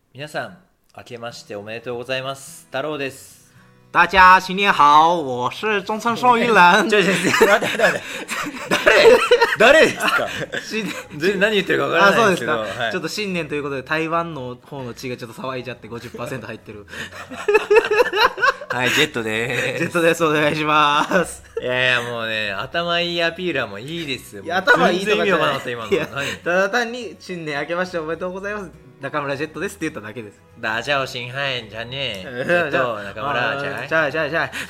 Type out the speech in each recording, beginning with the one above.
皆さん明けましておめでとうございます。太郎です。 大家新年好，我是中村寿一人。 待って誰ですか？全然何言ってるかわからないんですけど。 そうですか、はい、ちょっと新年ということで台湾の方の血がちょっと騒いじゃって 50% 入ってるはい、ジェットでーす。 ジェットです、お願いします。 いやもうね、頭いいアピールはもういいですよ。 いや頭いいとかじゃない。 今の。 ただ単に新年明けましておめでとうございます、中村ジェットですって言っただけです。 大家好，新汉じゃねえ。ジェット中村じゃい。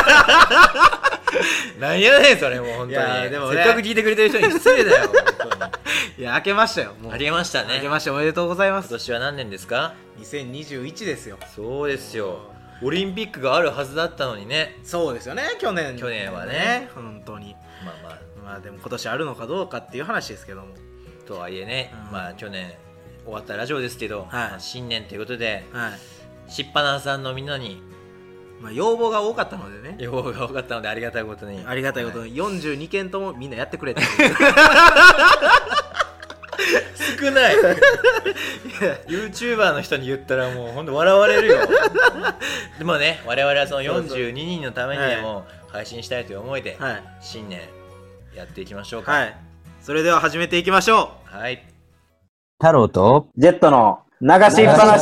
何やねんそれ、もう本当に。でも、せっかく聞いてくれてる人に失礼だよ本当に。 いや、明けましたよ。もう明けましたね。 明けましておめでとうございます。 今年は何年ですか ？2021ですよ。 そうですよ。オリンピックがあるはずだったのにね。 そうですよね、去年はね、 本当に。 まあでも今年あるのかどうかっていう話ですけども。 とはいえね、去年終わったラジオですけど、新年ということで、しっぱなさんのみんなに、 要望が多かったのでね。 要望が多かったのでありがたいことに。 42件ともみんなやってくれた。 少ない。YouTuber の人に言ったらもう本当笑われるよ。でもね、我々はその42人のためにでも配信したいという思いで、新年やっていきましょうか。 それでは始めていきましょう。はい。 太郎とジェットの流しっぱなし。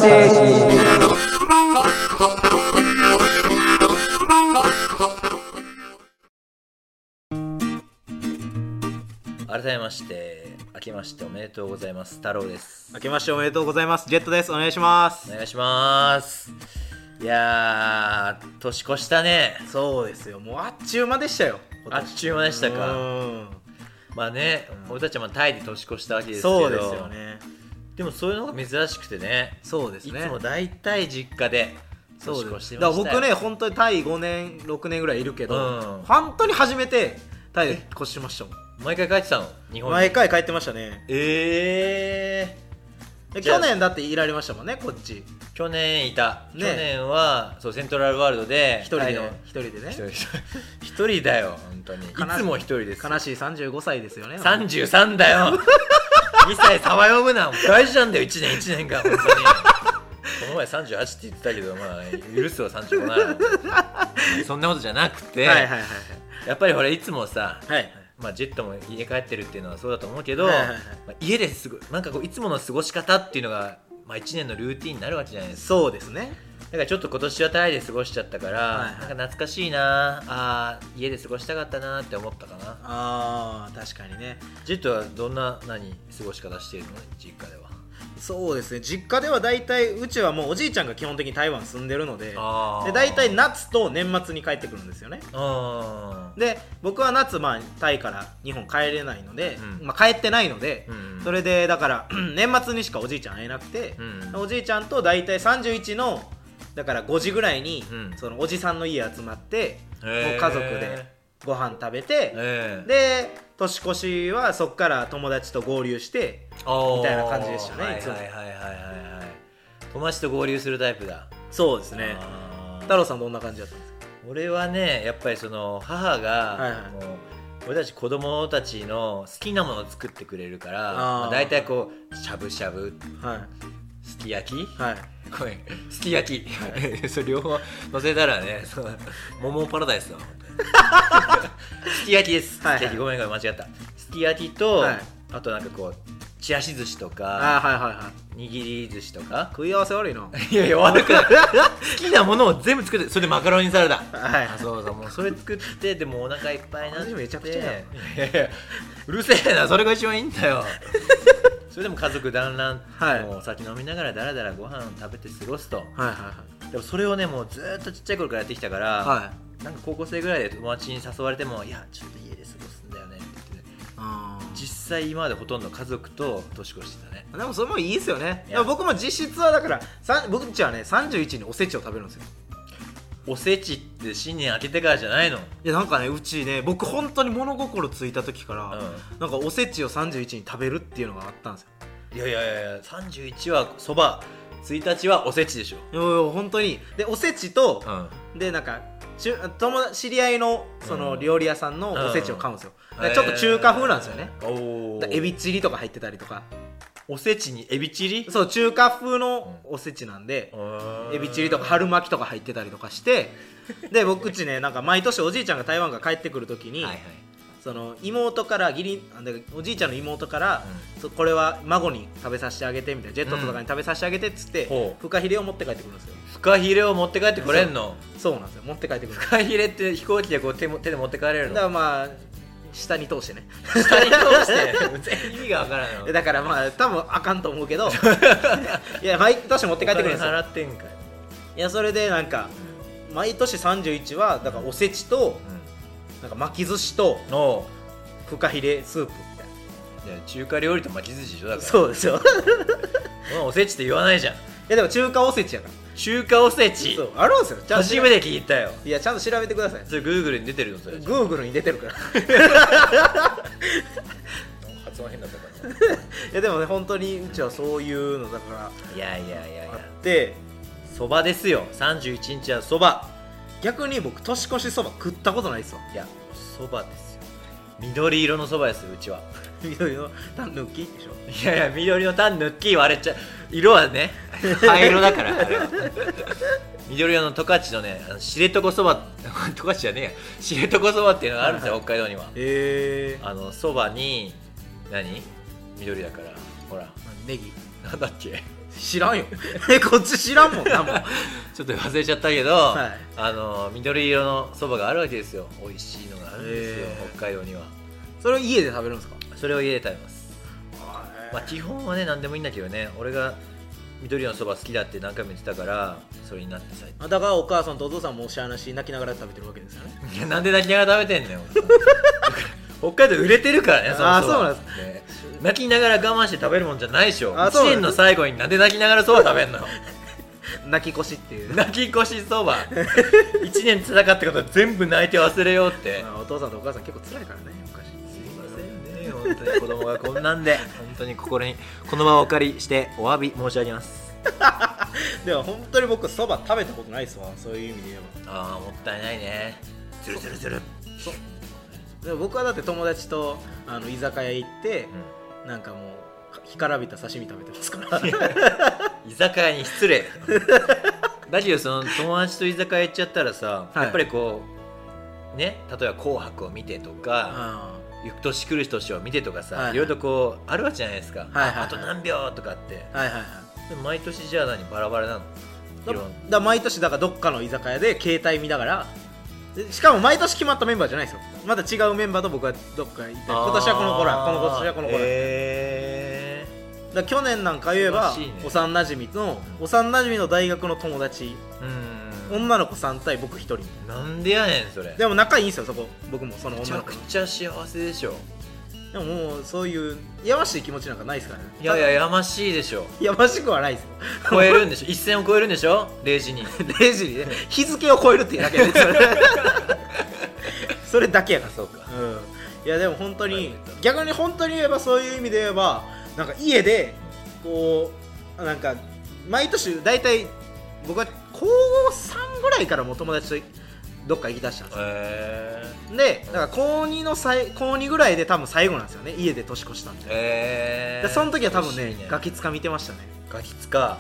改めまして明けましておめでとうございます。太郎です。 明けましておめでとうございます。ジェットです。お願いします。 お願いします。いやー、年越したね。 そうですよ、もうあっちゅう間でしたよ。 あっちゅう間でしたか。まあね、俺たちはタイで年越したわけですけど。 そうですよね。 でもそういうのが珍しくてね。 そうですね。 いつも大体実家で年越してましたよ。 だから僕ね、本当にタイ5年6年ぐらいいるけど、本当に初めてタイで越しましたもん。 毎回帰ってたの？日本に毎回帰ってましたね。去年だっていられましたもんね、こっち。 去年いた、去年はそうセントラルワールドで一人でね。 一人だよ本当に。いつも一人です。 悲しい35歳ですよね。 33だよ。2歳サバ読むな。大事なんだよ、1年が本当に。この前38って言ってたけど、まあ許すわ35なら。そんなことじゃなくて、やっぱりほらいつもさ、まあ、ジェットも家帰ってるっていうのはそうだと思うけど、家ですごなんかこういつもの過ごし方っていうのが、1年のルーティンになるわけじゃないですか。 そうですね。 だからちょっと今年はタイで過ごしちゃったから、なんか懐かしいな、家で過ごしたかったなって思ったかな。 確かにね。 ジェットはどんな過ごし方しているの、実家では？ そうですね、実家では大体うちはもうおじいちゃんが基本的に台湾住んでるので、大体夏と年末に帰ってくるんですよね。で僕は夏、タイから日本帰れないので、帰ってないので、それでだから年末にしかおじいちゃん会えなくて、おじいちゃんと大体31のだから5時ぐらいに、そのおじさんの家集まって、もう家族でご飯食べて、で年越しはそっから友達と合流してみたいな感じでしたね。いつも友達と合流するタイプだ。 そうですね。太郎さんどんな感じだったんですか？ 俺はね、やっぱりその母が、もう俺たち子供たちの好きなものを作ってくれるから、だいたいこうしゃぶしゃぶ、すき焼き、ごめん、すき焼き、それ両方乗せたらね、桃パラダイスだ。すき焼きです。すき焼き、ごめん間違った。すき焼きと、あとなんかこうちらし寿司とか、握り寿司とか。 食い合わせ悪いの？ いやいや悪くない。好きなものを全部作って、それでマカロニサラダ。そうそう、もうそれ作って、でもお腹いっぱいになって。 めちゃくちゃや。 うるせえな、それが一番いいんだよ。それでも家族団らん、もうお酒飲みながらだらだらご飯食べて過ごすと。でもそれをね、もうずっとちっちゃい頃からやってきたから、なんか高校生ぐらいで友達に誘われても、いやちょっと家で過ごすんだよねって言って、実際今までほとんど家族と年越してたね。 でもそれもいいですよね。僕も実質はだから僕んちはね、31におせちを食べるんですよ。 おせちって新年明けてからじゃないの？ いやなんかね、うちね、僕本当に物心ついた時から、なんかおせちを31に食べるっていうのがあったんですよ。 いや31はそば、1日はおせちでしょ。 いや本当に。でおせちと、でなんか知り合いのその料理屋さんのおせちを買うんですよ。ちょっと中華風なんですよね。エビチリとか入ってたりとか。 おせちにエビチリ？ そう中華風のおせちなんで、エビチリとか春巻きとか入ってたりとかしてで僕ちねなんか毎年おじいちゃんが台湾から帰ってくる時に、はいはい、その妹からおじいちゃんの妹から、これは孫に食べさせてあげてみたいな、ジェットとかに食べさせてあげてっつって、フカヒレを持って帰ってくるんですよ。 フカヒレを持って帰ってこれんの？ そうなんですよ、持って帰ってくる。 フカヒレって飛行機でこう手で持って帰れるの？ だからまあ下に通してね下に通して全然意味がわからないの。 だからまあ多分あかんと思うけどいや毎年持って帰ってくるんですよ。 払ってんかい。 いやそれでなんか、毎年31はだからおせちと、なんか巻き寿司とフカヒレスープみたいな。 中華料理と巻き寿司でしょ。だからそうですよおせちって言わないじゃん。いやでも中華おせちやから。 中華おせち、 そうあるんですよ。 初めて聞いたよ。 いやちゃんと調べてください。 それグーグルに出てるの？それグーグルに出てるから発音変だったからいやでもね本当にうちはそういうのだから、 いやあってそばですよ。31日はそば。 逆に僕年越しそば食ったことないですわ。 いやそばですよ。緑色のそばですようちは。 緑のタン抜きでしょ。 いやいや緑のタン抜き割れちゃう。色はね灰色だからあれは緑色の十勝のね知床そば十勝じゃねえや知床そばっていうのがあるんですよ、はいはい、北海道には。そばに緑だからほらネギなんだっけ知らんよこっち知らんもんなもんちょっと忘れちゃったけど、はい、緑色のそばがあるわけですよ。美味しいのがあるんですよ北海道には。 それを家で食べるんですか？ それを家で食べます。まあ、基本はね何でもいいんだけどね、俺が緑のそば好きだって何回も言ってたからそれになってさ。 だからお母さんとお父さんもおしゃーなし泣きながら食べてるわけですよね。 いやなんで泣きながら食べてんのよ北海道売れてるからね。 そうなんです、 ね、泣きながら我慢して食べるもんじゃないでしょ。1年の最後になんで泣きながらそば食べんの泣き越しっていう泣き越しそば1年辛かったこと全部泣いて忘れようって、 お父さんとお母さん結構辛いからね昔。 すいませんね本当に子供がこんなんで本当に心にこの場をお借りしてお詫び申し上げますでも本当に僕そば食べたことないっすわ。そういう意味で言えば。 ああもったいないね。ズルズルズル。 そうでも僕はだって友達と居酒屋行って、なんかもう干からびた刺身食べてますから居酒屋に失礼だけどその友達と居酒屋行っちゃったらさ、はい、やっぱりこうね例えば紅白を見てとか行く年来る年を見てとかさ、はいはい、いろいろとこうあるわけじゃないですか、はいはいはい、あと何秒とかって、はいはいはい、でも毎年じゃあバラバラなの？ だ毎年だからどっかの居酒屋で携帯見ながら、しかも毎年決まったメンバーじゃないですよ。また違うメンバーと僕はどっか行って、今年はこの子ら今年はこの子ら、だ去年なんか言えば、ね、幼馴染の大学の友達、女の子3対僕1人。 なんでやねんそれ。 でも仲いいんですよそこ。僕もその女の子。 めちゃくちゃ幸せでしょ。 でももうそういうやましい気持ちなんかないですからね。 いやいややましいでしょ。 やましくはないですよ。 超えるんでしょ一線を超えるんでしょ0時に 0時にね日付を超えるっていうだけでそれだけやから。 そうか、 いやでも本当に逆に本当に言えばそういう意味で言えばなんか家でこうなんか毎年だいたい僕は高3ぐらいからもう友達とどっか行きだしたんですよ。でだから高2ぐらいで多分最後なんですよね家で年越したんで。でその時は多分ねガキ使見てましたね。 ガキ使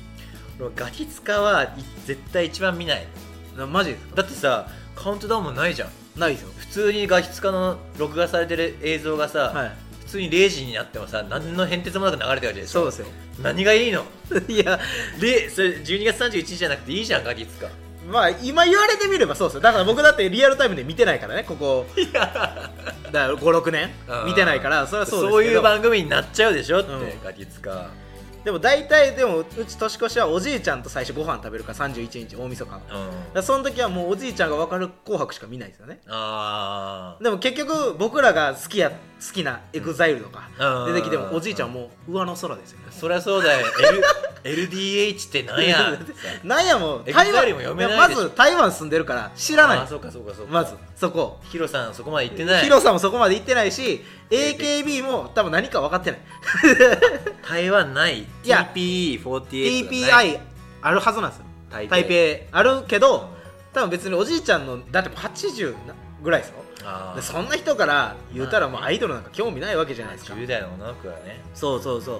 は絶対一番見ない。 マジですか？ だってさカウントダウンもないじゃん。 ないですよ。 普通にガキ使の録画されてる映像がさ、はい、普通に0時になってもさ何の変哲もなく流れてるわけでしょ。 そうですよ。 何がいいのいやでそれ12月31日じゃなくていいじゃんガキ使。 まあ今言われてみればそうですよ。だから僕だってリアルタイムで見てないからねここだから5、6年見てないからそれはそうですけど、 そういう番組になっちゃうでしょって、ガキ使。 でも大体でもうち年越しはおじいちゃんと最初ご飯食べるから31日大晦日、だその時はもうおじいちゃんが分かる紅白しか見ないですよね。でも結局僕らが好きなエグザイルとか出てきてもおじいちゃんはもう上の空ですよね。 そりゃそうだよLDH ってなんやなんやもう台湾も読めないでしょ。まず台湾住んでるから知らない。 そうかまずそこヒロさんそこまで行ってない。 ヒロさんもそこまで行ってないし AKB も多分何か分かってない台湾ない。 TPE48 TPI あるはずなんですよ。台北あるけど多分別におじいちゃんのだって80ぐらいですよ。でそんな人から言うたらもうアイドルなんか興味ないわけじゃないですか。 10代の女の子はね。 そう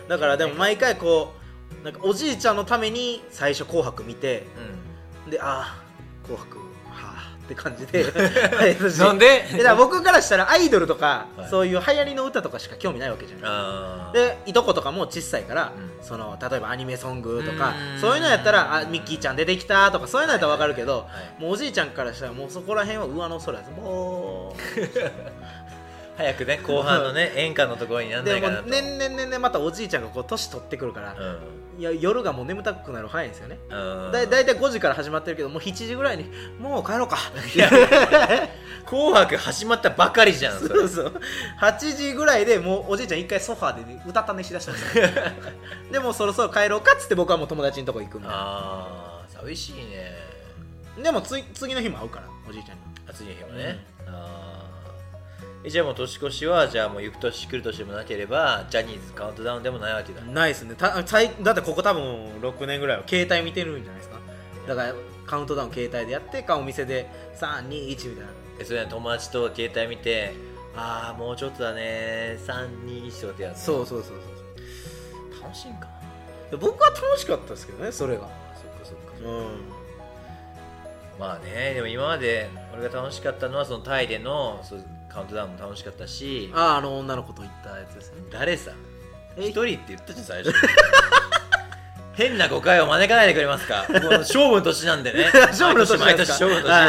だからでも毎回こうなんかおじいちゃんのために最初紅白見て、で紅白って感じでなんでだから僕からしたらアイドルとか、そういう流行りの歌とかしか興味ないわけじゃない。でいとことかも小さいから、その例えばアニメソングとかそういうのやったらミッキーちゃん出てきたとかそういうのやったら分かるけど、もうおじいちゃんからしたらもうそこら辺は上の空です。もう早くね後半のね演歌のところになんないかなと。 でも年々またおじいちゃんがこう年取ってくるから、いや夜がもう眠たくなる早いんですよね。だいたい5時から始まってるけどもう7時ぐらいにもう帰ろうか紅白始まったばかりじゃん。 そうそう8時ぐらいでもうおじいちゃん一回ソファーで、ね、うたた寝しだしたんですよでもそろそろ帰ろうかっつって僕はもう友達のとこ行くんで。 寂しいね。 でも次の日も会うからおじいちゃんに。 次の日もね、じゃあもう年越しはじゃあもう行く年来る年でもなければジャニーズカウントダウンでもないわけだ。 ないですね。だってここ多分6年ぐらいは携帯見てるんじゃないですか。だからカウントダウン携帯でやってお店で321みたいな。 それ友達と携帯見てもうちょっとだね321とかってやるの。 そう楽しいんかな。僕は楽しかったですけどねそれが。 そっかまあね。でも今まで俺が楽しかったのはそのタイでのカウントダウンも楽しかったし、 女の子と行ったやつですね。 誰さ一人って言ったじゃん最初変な誤解を招かないでくれますか。もう勝負の年なんでね勝負の年毎年勝負の年ですよ。もう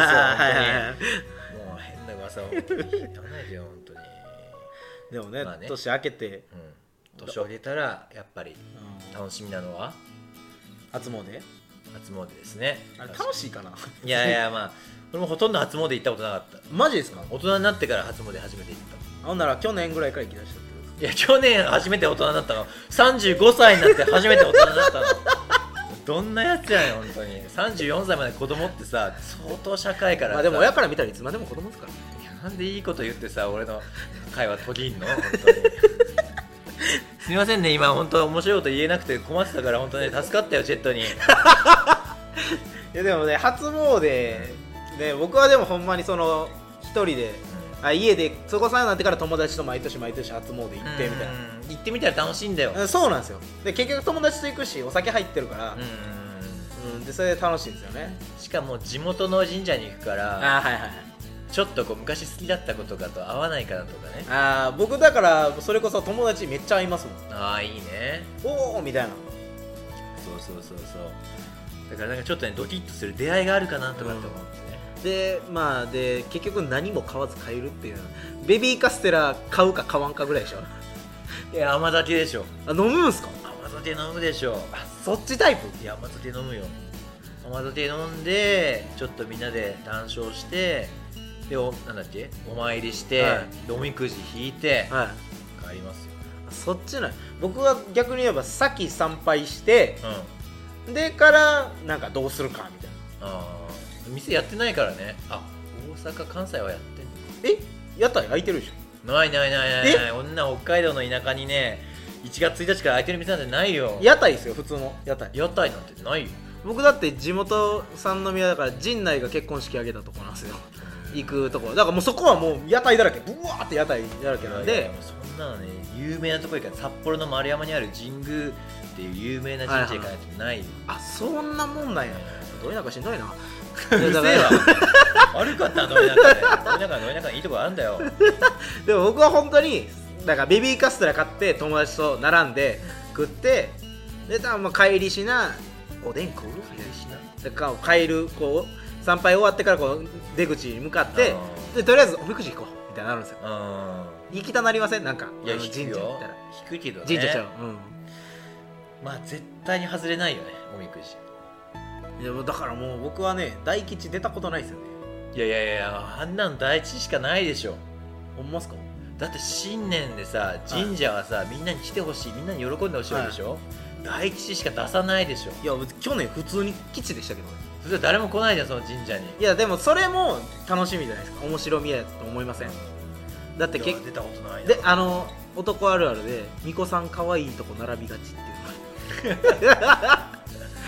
変な噂を言わないでよ本当に。 でもね、年明けて、 年を入れたらやっぱり楽しみなのは初詣ですね。 あれ楽しいかな。 いやまあ俺もほとんど初詣行ったことなかった。 マジですか。 大人になってから初詣初めて行った。 ほんなら去年ぐらいから行きだしたってことですか。いや去年初めて大人になったの。35歳になって初めて大人になったのどんなやつやねん本当に。34歳まで子供ってさ相当社会からさ、 でも親から見たらいつまでも子供ですから。 いやなんでいいこと言ってさ俺の会話途切んの本当にすみませんね今本当面白いこと言えなくて困ってたから本当ね助かったよジェットにいやでもね初詣ね僕はでもほんまにその一人で、家でそこさんになってから友達と毎年初詣行ってみたいな。 行ってみたら楽しいんだよ。 そうなんですよ。で結局友達と行くしお酒入ってるからでそれで楽しいんですよね。 しかも地元の神社に行くからちょっとこう昔好きだった子とかと合わないかなとかね。 僕だからそれこそ友達めっちゃ会いますもん。 いいね。 おーみたいな。 そうだからなんかちょっとねドキッとする出会いがあるかなとかって思ってね。 で結局何も買わず買えるっていうのはベビーカステラ買うか買わんかぐらいでしょ。 いや甘酒でしょ。 飲むんすか。 甘酒飲むでしょ。 そっちタイプ。 いや甘酒飲むよ。甘酒飲んでちょっとみんなで談笑してでなんだっけお参りして、おみくじ引いて、帰りますよ。 そっちない。僕は逆に言えば先参拝して、でからなんかどうするかみたいな。 店やってないからね。大阪関西はやってんの。 屋台開いてるでしょ。 ない女北海道の田舎にね1月1日から開いてる店なんてないよ。 屋台ですよ普通の屋台なんてないよ。 僕だって地元三宮だから陣内が結婚式挙げたとこなんですよ行くところだからもうそこはもう屋台だらけブワーって屋台だらけなんで。 そんなのね有名なところから札幌の丸山にある神宮っていう有名な神社行かないとないよ。 そんなもんなんや。どれなんかしんどいな。 うるせえわ悪かったな。どれなんかいいとこあるんだよでも僕は本当にだからベビーカステラ買って友達と並んで食ってで帰りしなおでん食うだから帰るこう参拝終わってからこう出口に向かってでとりあえずおみくじ引こうみたいになるんですよ。行きたなりませんなんか。 いや神社行ったら引くけどね。 神社ちゃう。 まあ絶対に外れないよねおみくじ。 いやだからもう僕はね大吉出たことないですよね。 いやあんなの大吉しかないでしょ。 ほんますか。 だって新年でさ神社はさみんなに来てほしいみんなに喜んでほしいでしょ。大吉しか出さないでしょ。 いや去年普通に吉でしたけどね。 それ誰も来ないじゃんその神社に。 いやでもそれも楽しみじゃないですか。面白みやと思いません。だって出たことないな。 で男あるあるで巫女さん可愛いとこ並びがちっていう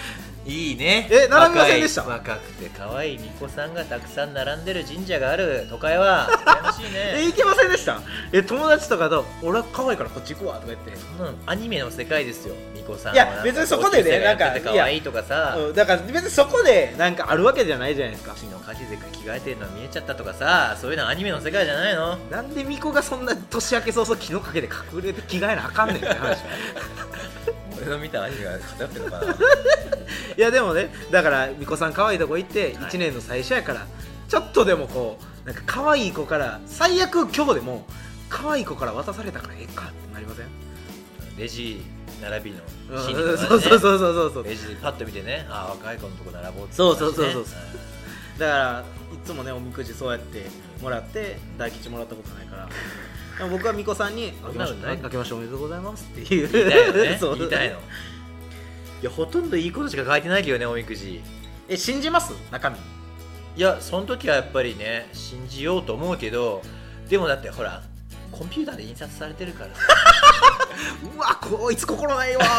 いいね。 並びませんでした？ 若くて可愛い巫女さんがたくさん並んでる神社がある都会は楽しいね。 行けませんでした？友達とかと俺は可愛いからこっち行くわとか言って、 アニメの世界ですよ巫女さんは。 いや別にそこでね、なんか可愛いとかさ、 だから別にそこでなんかあるわけじゃないじゃないですか。 昨日カジゼが着替えてるの見えちゃったとかさ、そういうのはアニメの世界じゃないの？ なんで巫女がそんな年明け早々木の陰で隠れて着替えなあかんねんって話。 俺の見たアニメが偏ってるのかな。いやでもね、だから巫女さん可愛いとこ行って1年の最初やから、ちょっとでもこうなんか可愛い子から、最悪今日でも可愛い子から渡されたからええかってなりません？ レジ並びのシーンとかね、そうレジパッと見てね、あ若い子のとこ並ぼうって、 そう、だからいつもねおみくじそうやってもらって大吉もらったことないから僕は巫女さんに明けましておめでとうございますっていう言いたいよね。言いたいの。いやほとんどいいことしか書いてないけどね、おみくじ。 信じます？中身。 いやその時はやっぱりね信じようと思うけど、でもだってほらコンピューターで印刷されてるからうわこいつ心ないわも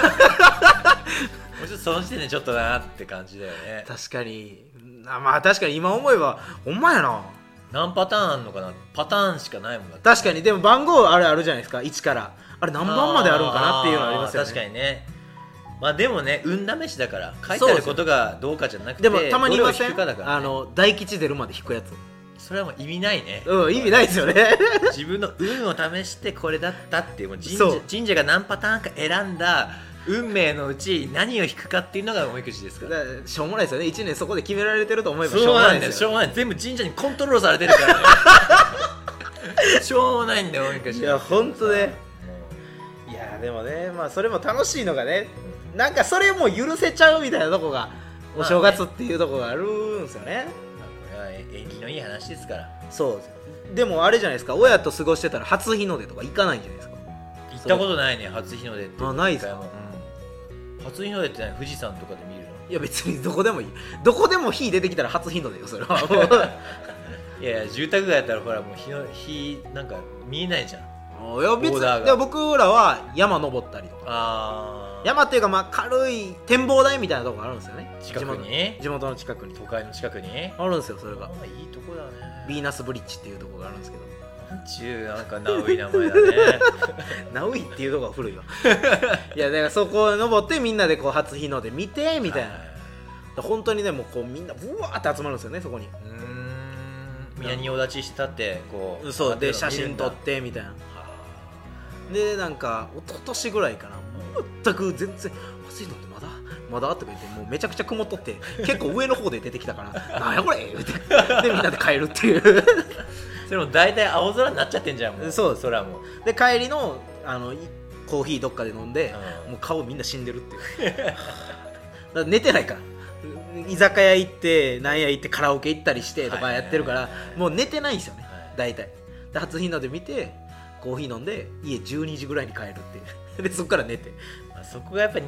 うちょっとその時点でちょっとなって感じだよね。 確かに、まあ確かに今思えばほんまやな。 何パターンあんのかな。パターンしかないもんだって。 確かに。でも番号あるじゃないですか、1からあれ何番まであるんかなっていうのありますよね。 確かにね。まあでもね運試しだから書いてあることがどうかじゃなくて、 でもたまにいません？ どれを引くかだからね。 大吉出るまで引くやつ。 それはもう意味ないね。 意味ないですよね自分の運を試してこれだったっていう、もう神社が何パターンか選んだ運命のうち何を引くかっていうのがおみくじですから。 しょうもないですよね。1年そこで決められてると思えばしょうもないですよ。 しょうもない。全部神社にコントロールされてるからねしょうもないんだよおみくじ。 いや本当ね。いやでもね、まあそれも楽しいのがね、なんかそれも許せちゃうみたいなとこがお正月っていうとこがあるんですよね。 これは縁起のいい話ですから。 そうでもあれじゃないですか、親と過ごしてたら初日の出とか行かないんじゃないですか。 行ったことないね初日の出って。 ないですか。 初日の出って何？富士山とかで見るの？ いや別にどこでもいい。どこでも火出てきたら初日の出よそれはいや住宅街やったらほらもう火なんか見えないじゃん。 いや別にで僕らは山登ったりとか、 山っていうかまあ軽い展望台みたいなとこがあるんですよね。 近くに地元の近くに、 都会の近くにあるんですよ。それがいいとこだね。 ヴィーナスブリッジっていうとこがあるんですけど、 なんかナウイ名前だねナウイっていうとこが古いわいやだからそこ登ってみんなでこう初日の出見てみたいな、本当にねもうこうみんなブワーって集まるんですよねそこに。 みんな仁王立ちしたってこうそうで写真撮ってみたいな。でなんか一昨年ぐらいかな、全く全然暑いのってまだとか言ってもうめちゃくちゃ曇っとって結構上の方で出てきたからなんやこれってでみんなで帰るっていうそれも大体青空になっちゃってんじゃんもう。 そう空もで帰りのコーヒーどっかで飲んで、もう顔みんな死んでるっていうだから寝てないから居酒屋行ってなんや行ってカラオケ行ったりしてとかやってるからもう寝てないんですよね大体。で初日の出見てコーヒー飲んで家12時ぐらいに帰るっていうでそこから寝て、 そこがやっぱ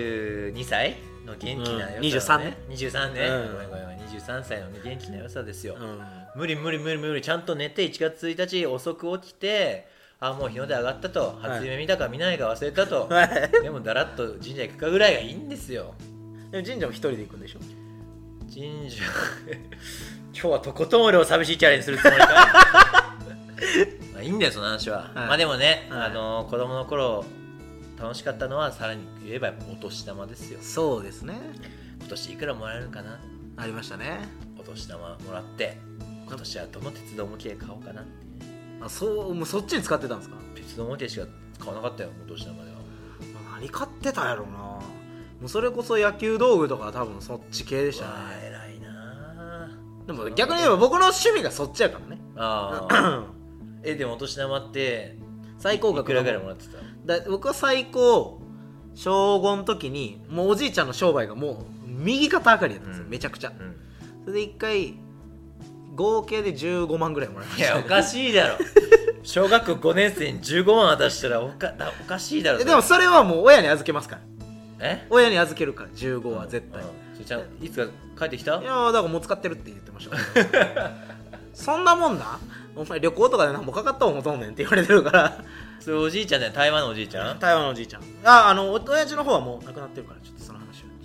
22歳の元気な良さだね。23ね、23歳の、ね、元気な良さですよ、無理ちゃんと寝て1月1日遅く起きてもう日の出上がったと、初夢見たか見ないか忘れたと、でもだらっと神社行くかぐらいがいいんですよ。 でも神社も一人で行くんでしょ。 神社今日はとことん俺を寂しいキャラにするつもりかまあいいんだよその話は、まあでもね、子供の頃楽しかったのはさらに言えばお年玉ですよ。 そうですね。 今年いくらもらえるかなありましたね。 お年玉もらって今年はどの鉄道模型買おうかなってもうそっちに使ってたんですか。 鉄道模型しか買わなかったよお年玉では。 何買ってたやろうな。もうそれこそ野球道具とか多分そっち系でしたね。 偉いな。 でも逆に言えば僕の趣味がそっちやからね。 でもお年玉って最高額いくらぐらいもらってた？ 僕は最高小5の時にもうおじいちゃんの商売がもう右肩上がりだったんですよ、めちゃくちゃ、それで1回合計で15万ぐらいもらいました、 いやおかしいだろ小学校5年生に15万渡したらおかしいだろ。 でもそれはもう親に預けますから。親に預けるから15は絶対、 それちゃんいつか帰ってきた？ いやだからもう使ってるって言ってましたそんなもんなお前旅行とかで何もかかったもんほとんねんって言われてるからそれおじいちゃんだよ。台湾のおじいちゃん？ 台湾のおじいちゃん親父の方はもう亡くなってるからちょっとその話は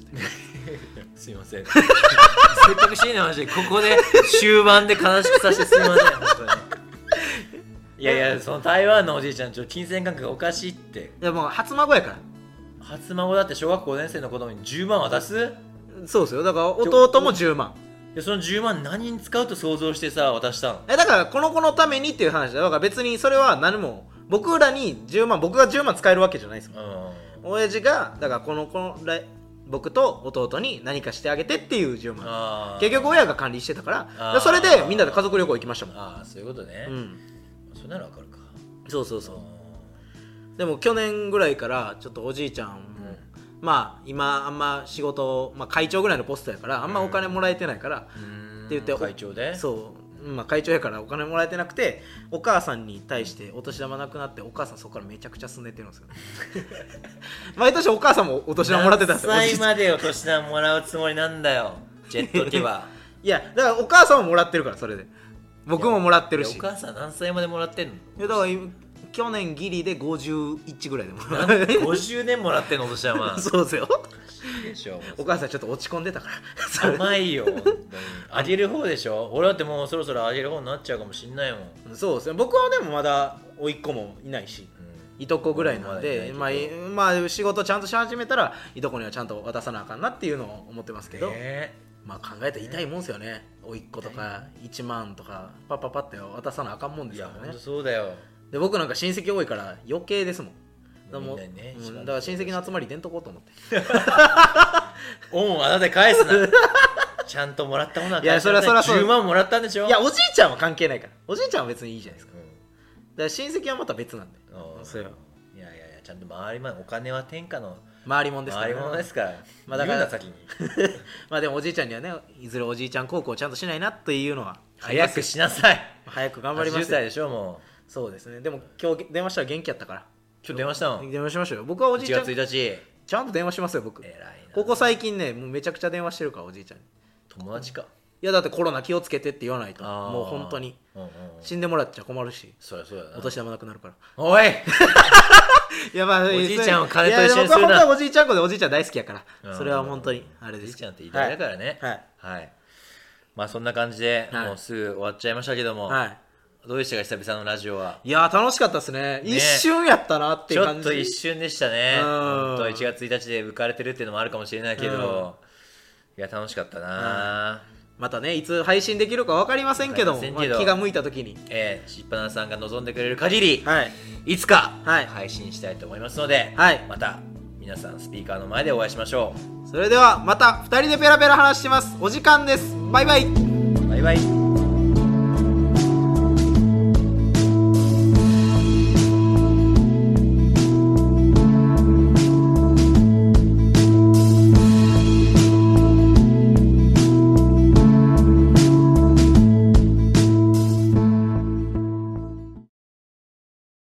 すいませんせっかくしいな話でここで終盤で悲しくさせてすいません本当にいやその台湾のおじいちゃん金銭感覚がおかしいって。 いやもう初孫やから。 初孫だって小学校5年生の子供に10万渡す。 そうですよ。だから弟も10万。 いやその10万何に使うと想像してさ渡したの。 だからこの子のためにっていう話だ。だから別にそれは何も僕らに10万、僕が10万使えるわけじゃないですよ。親父がだからこの僕と弟に何かしてあげてっていう10万。結局親が管理してたから、それでみんなで家族旅行行きましたもん。 ああそういうことね。それならわかるか。 そうでも去年ぐらいからちょっとおじいちゃんも、まあ今あんま仕事、会長ぐらいのポストやからあんまお金もらえてないからって言って、 会長で会長やからお金もらえてなくて、お母さんに対してお年玉なくなって、お母さんそこからめちゃくちゃすねてるんですよね毎年お母さんもお年玉もらってたんですよ。 何歳までお年玉もらうつもりなんだよジェット機はいやだからお母さんももらってるから。それで僕ももらってるし。 お母さん何歳までもらってんの。いやだから去年ギリで51ぐらいでもらって50年もらってんのお年玉そうですよでしょ。 お母さんちょっと落ち込んでたから甘いよあげる方でしょ。俺だってもうそろそろあげる方になっちゃうかもしんないもん。 そうですね。僕はでもまだ甥っ子もいないし、いとこぐらいなんで、まあ仕事ちゃんとし始めたらいとこにはちゃんと渡さなあかんなっていうのを思ってますけど、まあ考えたら痛いもんですよね。甥っ子とか1万とかパッパッパって渡さなあかんもんですからね。 いや本当そうだよ。 で僕なんか親戚多いから余計ですもん。だから親戚の集まり出んとこうと思って恩をあだで返すなちゃんともらったものは返すな。10万もらったんでしょ。 いやおじいちゃんは関係ないから。おじいちゃんは別にいいじゃないですか。だから親戚はまた別なんで。それは。 いやちゃんと回りお金は天下の回りもんですから、 回りものですから。 まあだから先にまあでもおじいちゃんにはね、いずれおじいちゃん孝行をちゃんとしないなっていうのは。 早くしなさい。 早く頑張ります。 10歳でしょもう。 そうですね。でも今日電話したら元気やったから。 今日電話したの。 電話しましたよ。僕はおじいちゃん 1月1日ちゃんと電話しますよ僕。 偉いな。 ここ最近ねもうめちゃくちゃ電話してるからおじいちゃんに。 友達か。 いやだってコロナ気をつけてって言わないともう本当に死んでもらっちゃ困るし。 そうやな。 お年玉なくなるから。 おいいやまあおじいちゃんを金と一緒にするな。 僕は本当はおじいちゃん子でおじいちゃん大好きやからそれは本当にあれです。 おじいちゃんって偉大だからね。はいまあそんな感じでもうすぐ終わっちゃいましたけども、どうでしたか久々のラジオは。 いや楽しかったですね。一瞬やったなっていう感じ。 ちょっと一瞬でしたね。本当1月1日で浮かれてるっていうのもあるかもしれないけど、いや楽しかったな。 またねいつ配信できるか分かりませんけども、気が向いた時にしっぱなさんが望んでくれる限り、いつか配信したいと思いますので、また皆さんスピーカーの前でお会いしましょう。それではまた2人でペラペラ話します。お時間です。バイバイ。 バイバイ。